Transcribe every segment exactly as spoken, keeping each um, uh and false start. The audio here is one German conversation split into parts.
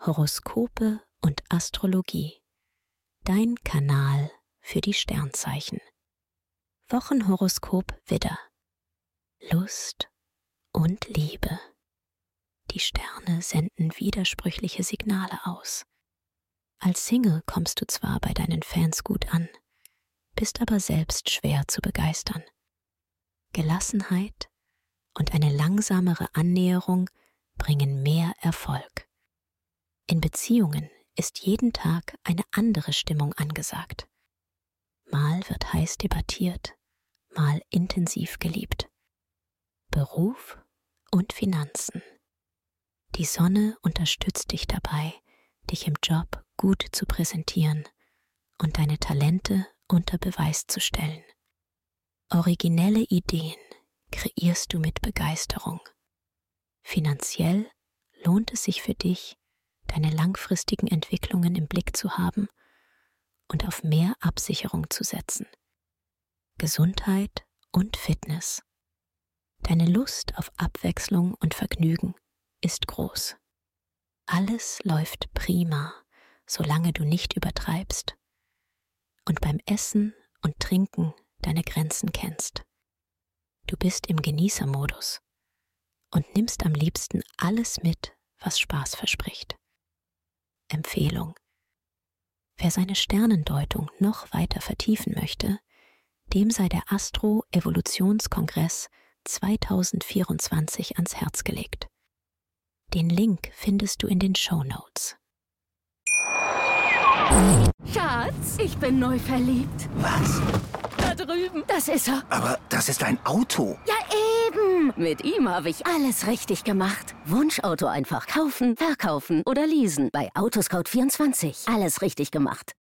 Horoskope und Astrologie. Dein Kanal für die Sternzeichen. Wochenhoroskop Widder. Lust und Liebe. Die Sterne senden widersprüchliche Signale aus. Als Single kommst du zwar bei deinen Fans gut an, bist aber selbst schwer zu begeistern. Gelassenheit und eine langsamere Annäherung bringen mehr Erfolg. In Beziehungen ist jeden Tag eine andere Stimmung angesagt. Mal wird heiß debattiert, mal intensiv geliebt. Beruf und Finanzen. Die Sonne unterstützt dich dabei, dich im Job gut zu präsentieren und deine Talente unter Beweis zu stellen. Originelle Ideen kreierst du mit Begeisterung. Finanziell lohnt es sich für dich, deine langfristigen Entwicklungen im Blick zu haben und auf mehr Absicherung zu setzen. Gesundheit und Fitness. Deine Lust auf Abwechslung und Vergnügen ist groß. Alles läuft prima, solange du nicht übertreibst und beim Essen und Trinken deine Grenzen kennst. Du bist im Genießermodus und nimmst am liebsten alles mit, was Spaß verspricht. Empfehlung: Wer seine Sternendeutung noch weiter vertiefen möchte, dem sei der Astro-Evolutionskongress zwanzig vierundzwanzig ans Herz gelegt. Den Link findest du in den Shownotes. Schatz, ich bin neu verliebt. Was? Da drüben. Das ist er. Aber das ist ein Auto. Ja, eben. Mit ihm habe ich alles richtig gemacht. Wunschauto einfach kaufen, verkaufen oder leasen. Bei Autoscout vierundzwanzig. Alles richtig gemacht.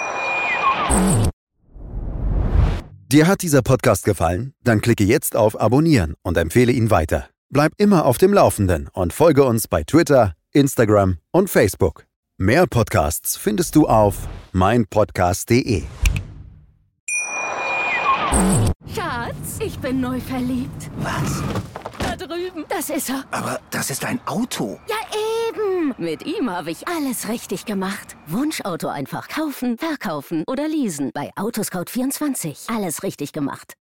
Dir hat dieser Podcast gefallen? Dann klicke jetzt auf Abonnieren und empfehle ihn weiter. Bleib immer auf dem Laufenden und folge uns bei Twitter, Instagram und Facebook. Mehr Podcasts findest du auf meinpodcast punkt de. Schatz, ich bin neu verliebt. Was? Da drüben. Das ist er. Aber das ist ein Auto. Ja, eben. Mit ihm habe ich alles richtig gemacht. Wunschauto einfach kaufen, verkaufen oder leasen. Bei Autoscout vierundzwanzig. Alles richtig gemacht.